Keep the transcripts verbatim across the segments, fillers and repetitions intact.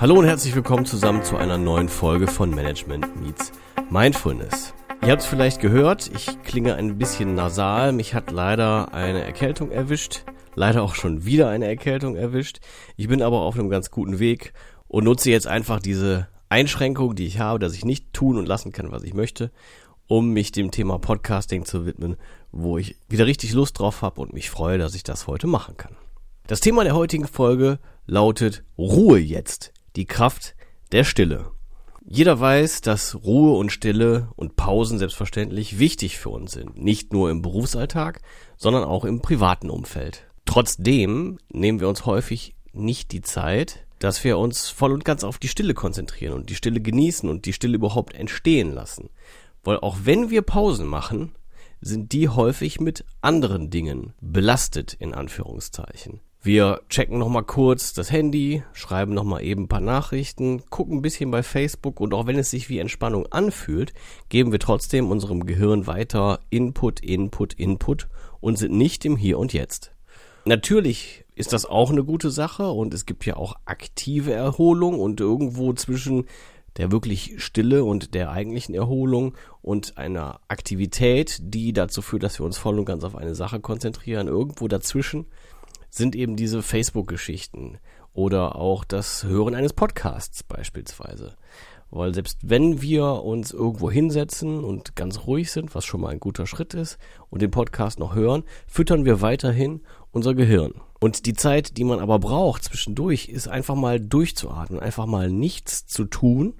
Hallo und herzlich willkommen zusammen zu einer neuen Folge von Management Meets Mindfulness. Ihr habt es vielleicht gehört, ich klinge ein bisschen nasal, mich hat leider eine Erkältung erwischt, leider auch schon wieder eine Erkältung erwischt. Ich bin aber auf einem ganz guten Weg und nutze jetzt einfach diese Einschränkung, die ich habe, dass ich nicht tun und lassen kann, was ich möchte, um mich dem Thema Podcasting zu widmen, wo ich wieder richtig Lust drauf habe und mich freue, dass ich das heute machen kann. Das Thema der heutigen Folge lautet Ruhe jetzt, die Kraft der Stille. Jeder weiß, dass Ruhe und Stille und Pausen selbstverständlich wichtig für uns sind, nicht nur im Berufsalltag, sondern auch im privaten Umfeld. Trotzdem nehmen wir uns häufig nicht die Zeit, dass wir uns voll und ganz auf die Stille konzentrieren und die Stille genießen und die Stille überhaupt entstehen lassen. Weil auch wenn wir Pausen machen, sind die häufig mit anderen Dingen belastet, in Anführungszeichen. Wir checken nochmal kurz das Handy, schreiben nochmal eben ein paar Nachrichten, gucken ein bisschen bei Facebook und auch wenn es sich wie Entspannung anfühlt, geben wir trotzdem unserem Gehirn weiter Input, Input, Input und sind nicht im Hier und Jetzt. Natürlich ist das auch eine gute Sache und es gibt ja auch aktive Erholung und irgendwo zwischen der wirklich Stille und der eigentlichen Erholung und einer Aktivität, die dazu führt, dass wir uns voll und ganz auf eine Sache konzentrieren, irgendwo dazwischen sind eben diese Facebook-Geschichten oder auch das Hören eines Podcasts beispielsweise. Weil selbst wenn wir uns irgendwo hinsetzen und ganz ruhig sind, was schon mal ein guter Schritt ist, und den Podcast noch hören, füttern wir weiterhin unser Gehirn. Und die Zeit, die man aber braucht zwischendurch, ist einfach mal durchzuatmen, einfach mal nichts zu tun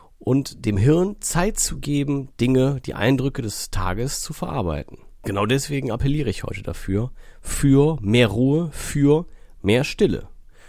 und dem Hirn Zeit zu geben, Dinge, die Eindrücke des Tages zu verarbeiten. Genau deswegen appelliere ich heute dafür, für mehr Ruhe, für mehr Stille.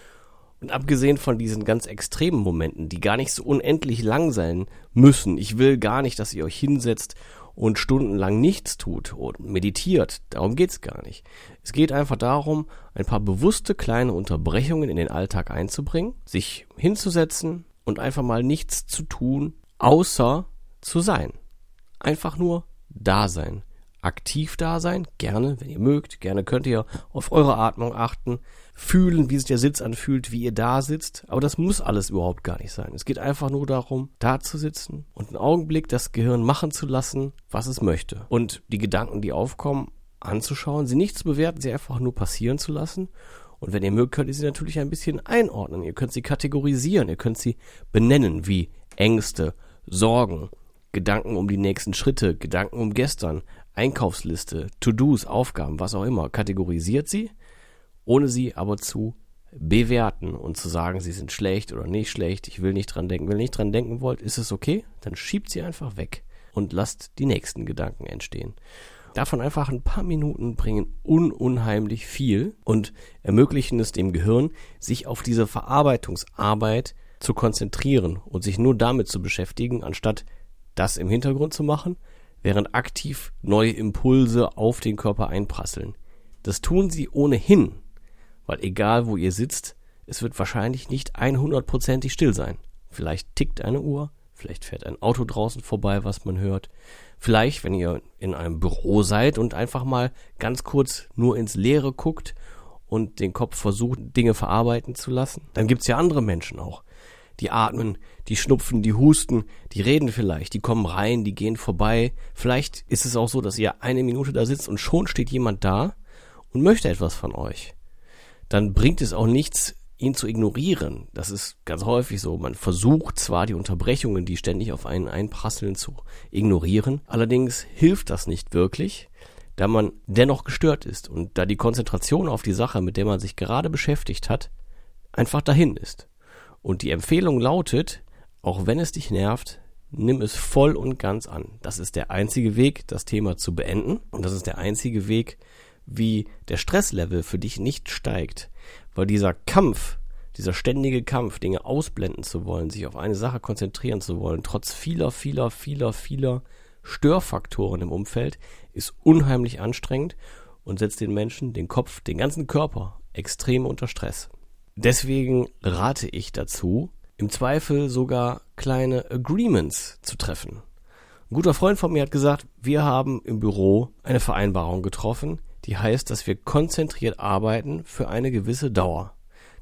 Und abgesehen von diesen ganz extremen Momenten, die gar nicht so unendlich lang sein müssen, ich will gar nicht, dass ihr euch hinsetzt und stundenlang nichts tut und meditiert, darum geht's gar nicht. Es geht einfach darum, ein paar bewusste kleine Unterbrechungen in den Alltag einzubringen, sich hinzusetzen und einfach mal nichts zu tun, außer zu sein. Einfach nur da sein. Aktiv da sein, gerne, wenn ihr mögt, gerne könnt ihr auf eure Atmung achten, fühlen, wie sich der Sitz anfühlt, wie ihr da sitzt, aber das muss alles überhaupt gar nicht sein. Es geht einfach nur darum, da zu sitzen und einen Augenblick das Gehirn machen zu lassen, was es möchte. Und die Gedanken, die aufkommen, anzuschauen, sie nicht zu bewerten, sie einfach nur passieren zu lassen. Und wenn ihr mögt, könnt ihr sie natürlich ein bisschen einordnen. Ihr könnt sie kategorisieren, ihr könnt sie benennen, wie Ängste, Sorgen, Gedanken um die nächsten Schritte, Gedanken um gestern, Einkaufsliste, To-Dos, Aufgaben, was auch immer. Kategorisiert sie, ohne sie aber zu bewerten und zu sagen, sie sind schlecht oder nicht schlecht, ich will nicht dran denken. Wenn ihr nicht dran denken wollt, ist es okay, dann schiebt sie einfach weg und lasst die nächsten Gedanken entstehen. Davon einfach ein paar Minuten bringen un- unheimlich viel und ermöglichen es dem Gehirn, sich auf diese Verarbeitungsarbeit zu konzentrieren und sich nur damit zu beschäftigen, anstatt das im Hintergrund zu machen, während aktiv neue Impulse auf den Körper einprasseln. Das tun sie ohnehin, weil egal wo ihr sitzt, es wird wahrscheinlich nicht hundertprozentig still sein. Vielleicht tickt eine Uhr, vielleicht fährt ein Auto draußen vorbei, was man hört. Vielleicht, wenn ihr in einem Büro seid und einfach mal ganz kurz nur ins Leere guckt und den Kopf versucht, Dinge verarbeiten zu lassen, dann gibt's ja andere Menschen auch. Die atmen, die schnupfen, die husten, die reden vielleicht, die kommen rein, die gehen vorbei. Vielleicht ist es auch so, dass ihr eine Minute da sitzt und schon steht jemand da und möchte etwas von euch. Dann bringt es auch nichts, ihn zu ignorieren. Das ist ganz häufig so. Man versucht zwar, die Unterbrechungen, die ständig auf einen einprasseln, zu ignorieren. Allerdings hilft das nicht wirklich, da man dennoch gestört ist und da die Konzentration auf die Sache, mit der man sich gerade beschäftigt hat, einfach dahin ist. Und die Empfehlung lautet, auch wenn es dich nervt, nimm es voll und ganz an. Das ist der einzige Weg, das Thema zu beenden. Und das ist der einzige Weg, wie der Stresslevel für dich nicht steigt. Weil dieser Kampf, dieser ständige Kampf, Dinge ausblenden zu wollen, sich auf eine Sache konzentrieren zu wollen, trotz vieler, vieler, vieler, vieler Störfaktoren im Umfeld, ist unheimlich anstrengend und setzt den Menschen, den Kopf, den ganzen Körper extrem unter Stress. Deswegen rate ich dazu, im Zweifel sogar kleine Agreements zu treffen. Ein guter Freund von mir hat gesagt, wir haben im Büro eine Vereinbarung getroffen, die heißt, dass wir konzentriert arbeiten für eine gewisse Dauer.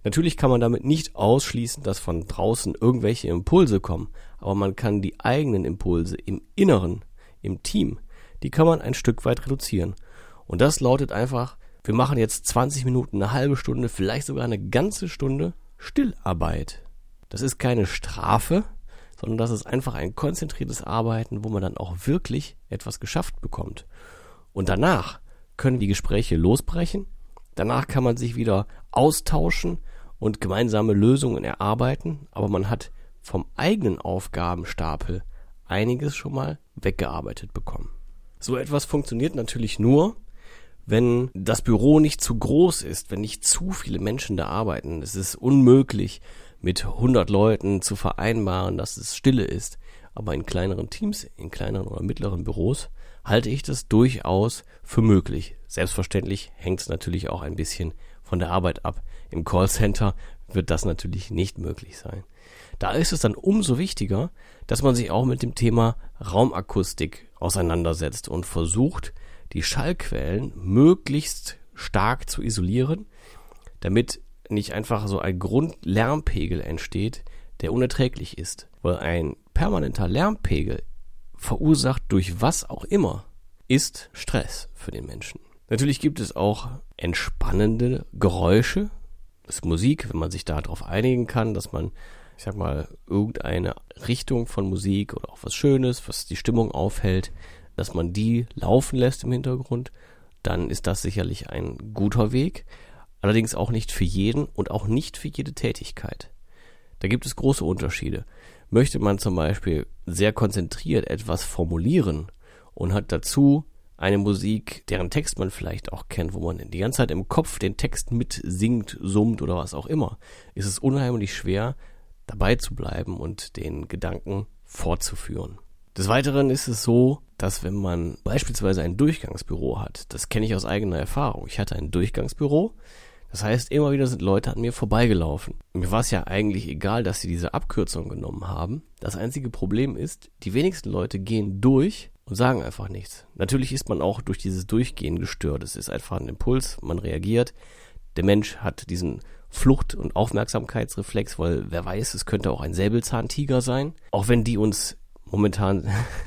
Natürlich kann man damit nicht ausschließen, dass von draußen irgendwelche Impulse kommen, aber man kann die eigenen Impulse im Inneren, im Team, die kann man ein Stück weit reduzieren. Und das lautet einfach, wir machen jetzt zwanzig Minuten, eine halbe Stunde, vielleicht sogar eine ganze Stunde Stillarbeit. Das ist keine Strafe, sondern das ist einfach ein konzentriertes Arbeiten, wo man dann auch wirklich etwas geschafft bekommt. Und danach können die Gespräche losbrechen, danach kann man sich wieder austauschen und gemeinsame Lösungen erarbeiten, aber man hat vom eigenen Aufgabenstapel einiges schon mal weggearbeitet bekommen. So etwas funktioniert natürlich nur, wenn das Büro nicht zu groß ist, wenn nicht zu viele Menschen da arbeiten. Es ist unmöglich, mit hundert Leuten zu vereinbaren, dass es Stille ist. Aber in kleineren Teams, in kleineren oder mittleren Büros, halte ich das durchaus für möglich. Selbstverständlich hängt es natürlich auch ein bisschen von der Arbeit ab. Im Callcenter wird das natürlich nicht möglich sein. Da ist es dann umso wichtiger, dass man sich auch mit dem Thema Raumakustik auseinandersetzt und versucht, die Schallquellen möglichst stark zu isolieren, damit nicht einfach so ein Grundlärmpegel entsteht, der unerträglich ist. Weil ein permanenter Lärmpegel, verursacht durch was auch immer, ist Stress für den Menschen. Natürlich gibt es auch entspannende Geräusche. Das ist Musik, wenn man sich darauf einigen kann, dass man, ich sag mal, irgendeine Richtung von Musik oder auch was Schönes, was die Stimmung aufhält, dass man die laufen lässt im Hintergrund, dann ist das sicherlich ein guter Weg. Allerdings auch nicht für jeden und auch nicht für jede Tätigkeit. Da gibt es große Unterschiede. Möchte man zum Beispiel sehr konzentriert etwas formulieren und hat dazu eine Musik, deren Text man vielleicht auch kennt, wo man die ganze Zeit im Kopf den Text mit singt, summt oder was auch immer, ist es unheimlich schwer, dabei zu bleiben und den Gedanken fortzuführen. Des Weiteren ist es so, dass wenn man beispielsweise ein Durchgangsbüro hat, das kenne ich aus eigener Erfahrung, ich hatte ein Durchgangsbüro, das heißt, immer wieder sind Leute an mir vorbeigelaufen. Mir war es ja eigentlich egal, dass sie diese Abkürzung genommen haben. Das einzige Problem ist, die wenigsten Leute gehen durch und sagen einfach nichts. Natürlich ist man auch durch dieses Durchgehen gestört. Es ist einfach ein Impuls, man reagiert. Der Mensch hat diesen Flucht- und Aufmerksamkeitsreflex, weil wer weiß, es könnte auch ein Säbelzahntiger sein. Auch wenn die uns momentan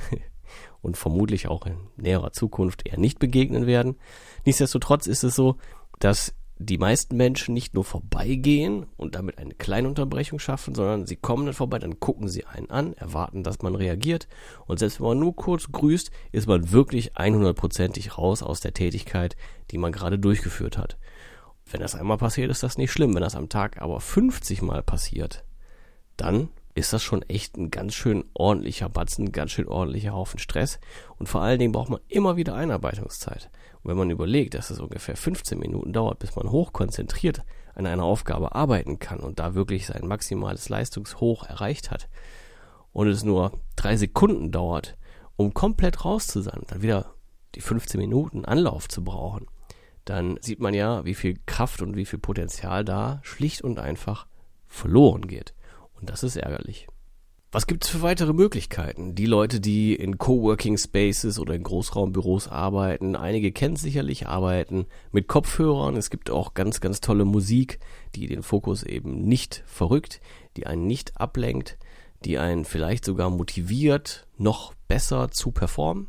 und vermutlich auch in näherer Zukunft eher nicht begegnen werden. Nichtsdestotrotz ist es so, dass die meisten Menschen nicht nur vorbeigehen und damit eine kleine Unterbrechung schaffen, sondern sie kommen dann vorbei, dann gucken sie einen an, erwarten, dass man reagiert und selbst wenn man nur kurz grüßt, ist man wirklich hundertprozentig raus aus der Tätigkeit, die man gerade durchgeführt hat. Wenn das einmal passiert, ist das nicht schlimm. Wenn das am Tag aber fünfzig Mal passiert, dann ist das schon echt ein ganz schön ordentlicher Batzen, ein ganz schön ordentlicher Haufen Stress und vor allen Dingen braucht man immer wieder Einarbeitungszeit. Und wenn man überlegt, dass es ungefähr fünfzehn Minuten dauert, bis man hochkonzentriert an einer Aufgabe arbeiten kann und da wirklich sein maximales Leistungshoch erreicht hat und es nur drei Sekunden dauert, um komplett raus zu sein und dann wieder die fünfzehn Minuten Anlauf zu brauchen, dann sieht man ja, wie viel Kraft und wie viel Potenzial da schlicht und einfach verloren geht. Und das ist ärgerlich. Was gibt es für weitere Möglichkeiten? Die Leute, die in Coworking Spaces oder in Großraumbüros arbeiten, einige kennen sicherlich, arbeiten mit Kopfhörern. Es gibt auch ganz, ganz tolle Musik, die den Fokus eben nicht verrückt, die einen nicht ablenkt, die einen vielleicht sogar motiviert, noch besser zu performen.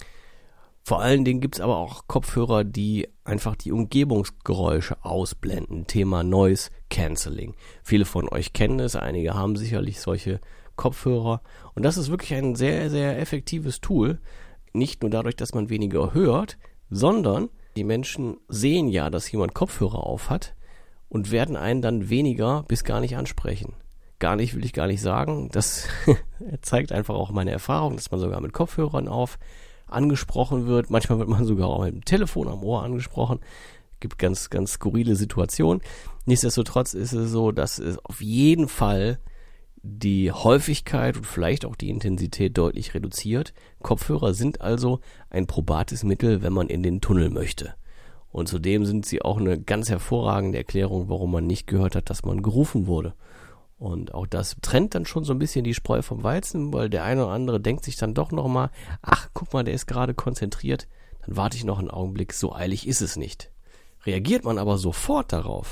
Vor allen Dingen gibt es aber auch Kopfhörer, die einfach die Umgebungsgeräusche ausblenden. Thema Noise Cancelling. Viele von euch kennen es, einige haben sicherlich solche Kopfhörer. Und das ist wirklich ein sehr, sehr effektives Tool. Nicht nur dadurch, dass man weniger hört, sondern die Menschen sehen ja, dass jemand Kopfhörer auf hat und werden einen dann weniger bis gar nicht ansprechen. Gar nicht, will ich gar nicht sagen. Das zeigt einfach auch meine Erfahrung, dass man sogar mit Kopfhörern auf angesprochen wird. Manchmal wird man sogar auch mit dem Telefon am Ohr angesprochen. Gibt ganz, ganz skurrile Situationen. Nichtsdestotrotz ist es so, dass es auf jeden Fall die Häufigkeit und vielleicht auch die Intensität deutlich reduziert. Kopfhörer sind also ein probates Mittel, wenn man in den Tunnel möchte. Und zudem sind sie auch eine ganz hervorragende Erklärung, warum man nicht gehört hat, dass man gerufen wurde. Und auch das trennt dann schon so ein bisschen die Spreu vom Weizen, weil der eine oder andere denkt sich dann doch nochmal, ach, guck mal, der ist gerade konzentriert, dann warte ich noch einen Augenblick, so eilig ist es nicht. Reagiert man aber sofort darauf,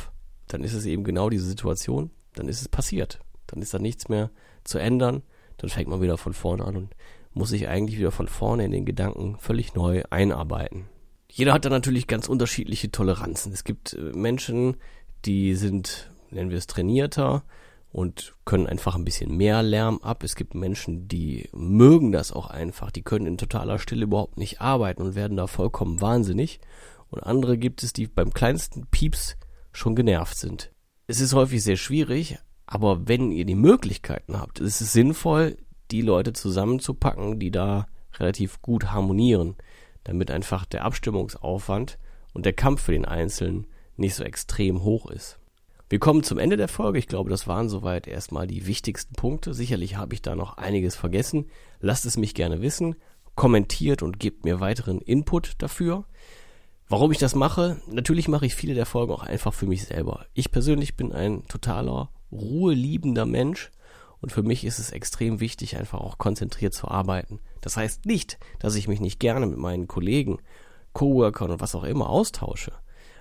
dann ist es eben genau diese Situation, dann ist es passiert. Dann ist da nichts mehr zu ändern, dann fängt man wieder von vorne an und muss sich eigentlich wieder von vorne in den Gedanken völlig neu einarbeiten. Jeder hat da natürlich ganz unterschiedliche Toleranzen. Es gibt Menschen, die sind, nennen wir es, trainierter und können einfach ein bisschen mehr Lärm ab. Es gibt Menschen, die mögen das auch einfach, die können in totaler Stille überhaupt nicht arbeiten und werden da vollkommen wahnsinnig. Und andere gibt es, die beim kleinsten Pieps schon genervt sind. Es ist häufig sehr schwierig, aber wenn ihr die Möglichkeiten habt, ist es sinnvoll, die Leute zusammenzupacken, die da relativ gut harmonieren, damit einfach der Abstimmungsaufwand und der Kampf für den Einzelnen nicht so extrem hoch ist. Wir kommen zum Ende der Folge. Ich glaube, das waren soweit erstmal die wichtigsten Punkte. Sicherlich habe ich da noch einiges vergessen. Lasst es mich gerne wissen, kommentiert und gebt mir weiteren Input dafür. Warum ich das mache? Natürlich mache ich viele der Folgen auch einfach für mich selber. Ich persönlich bin ein totaler ruheliebender Mensch und für mich ist es extrem wichtig, einfach auch konzentriert zu arbeiten. Das heißt nicht, dass ich mich nicht gerne mit meinen Kollegen, Coworkern und was auch immer austausche,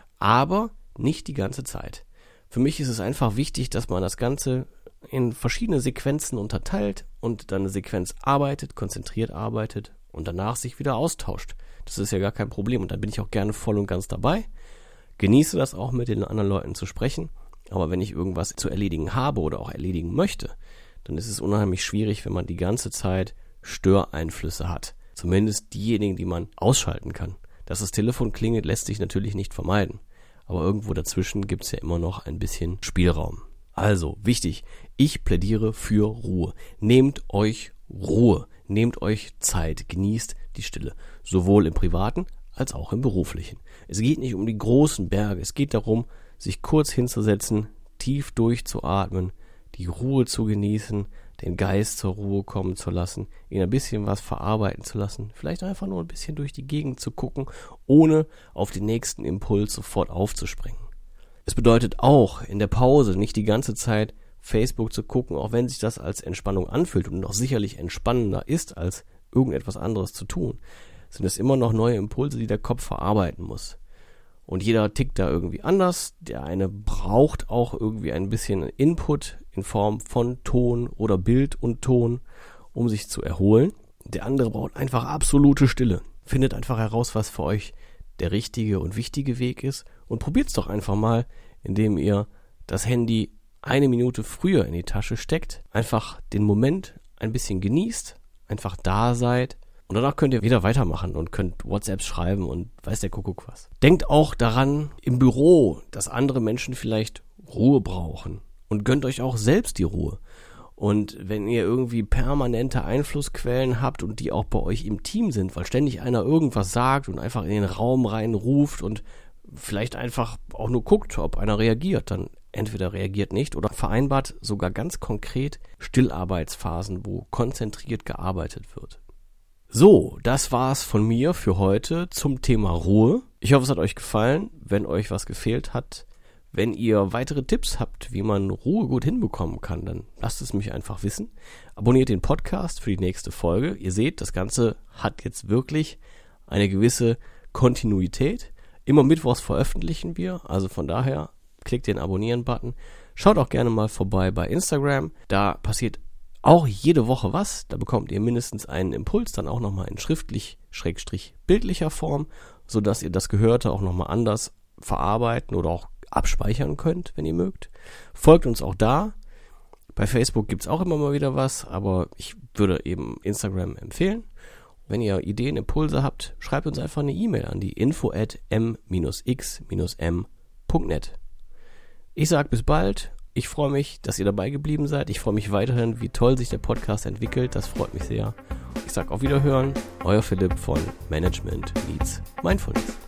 aber nicht die ganze Zeit. Für mich ist es einfach wichtig, dass man das Ganze in verschiedene Sequenzen unterteilt und dann eine Sequenz arbeitet, konzentriert arbeitet und danach sich wieder austauscht. Das ist ja gar kein Problem und dann bin ich auch gerne voll und ganz dabei. Genieße das auch, mit den anderen Leuten zu sprechen, aber wenn ich irgendwas zu erledigen habe oder auch erledigen möchte, dann ist es unheimlich schwierig, wenn man die ganze Zeit Störeinflüsse hat. Zumindest diejenigen, die man ausschalten kann. Dass das Telefon klingelt, lässt sich natürlich nicht vermeiden. Aber irgendwo dazwischen gibt es ja immer noch ein bisschen Spielraum. Also, wichtig, ich plädiere für Ruhe. Nehmt euch Ruhe, nehmt euch Zeit, genießt die Stille. Sowohl im Privaten als auch im Beruflichen. Es geht nicht um die großen Berge, es geht darum, sich kurz hinzusetzen, tief durchzuatmen, die Ruhe zu genießen, den Geist zur Ruhe kommen zu lassen, ihn ein bisschen was verarbeiten zu lassen, vielleicht einfach nur ein bisschen durch die Gegend zu gucken, ohne auf den nächsten Impuls sofort aufzuspringen. Es bedeutet auch, in der Pause nicht die ganze Zeit Facebook zu gucken, auch wenn sich das als Entspannung anfühlt und auch sicherlich entspannender ist, als irgendetwas anderes zu tun, sind es immer noch neue Impulse, die der Kopf verarbeiten muss. Und jeder tickt da irgendwie anders. Der eine braucht auch irgendwie ein bisschen Input in Form von Ton oder Bild und Ton, um sich zu erholen. Der andere braucht einfach absolute Stille. Findet einfach heraus, was für euch der richtige und wichtige Weg ist und probiert's doch einfach mal, indem ihr das Handy eine Minute früher in die Tasche steckt, einfach den Moment ein bisschen genießt, einfach da seid. Und danach könnt ihr wieder weitermachen und könnt WhatsApps schreiben und weiß der Kuckuck was. Denkt auch daran im Büro, dass andere Menschen vielleicht Ruhe brauchen und gönnt euch auch selbst die Ruhe. Und wenn ihr irgendwie permanente Einflussquellen habt und die auch bei euch im Team sind, weil ständig einer irgendwas sagt und einfach in den Raum reinruft und vielleicht einfach auch nur guckt, ob einer reagiert, dann entweder reagiert nicht oder vereinbart sogar ganz konkret Stillarbeitsphasen, wo konzentriert gearbeitet wird. So, das war's von mir für heute zum Thema Ruhe. Ich hoffe, es hat euch gefallen. Wenn euch was gefehlt hat, wenn ihr weitere Tipps habt, wie man Ruhe gut hinbekommen kann, dann lasst es mich einfach wissen. Abonniert den Podcast für die nächste Folge. Ihr seht, das Ganze hat jetzt wirklich eine gewisse Kontinuität. Immer mittwochs veröffentlichen wir, also von daher klickt den Abonnieren-Button. Schaut auch gerne mal vorbei bei Instagram. Da passiert auch jede Woche was, da bekommt ihr mindestens einen Impuls, dann auch nochmal in schriftlich-bildlicher Form, sodass ihr das Gehörte auch nochmal anders verarbeiten oder auch abspeichern könnt, wenn ihr mögt. Folgt uns auch da. Bei Facebook gibt's auch immer mal wieder was, aber ich würde eben Instagram empfehlen. Wenn ihr Ideen, Impulse habt, schreibt uns einfach eine E-Mail an die info at m x m punkt net. Ich sag bis bald. Ich freue mich, dass ihr dabei geblieben seid. Ich freue mich weiterhin, wie toll sich der Podcast entwickelt. Das freut mich sehr. Ich sage auf Wiederhören. Euer Philipp von Management Meets Mindfulness.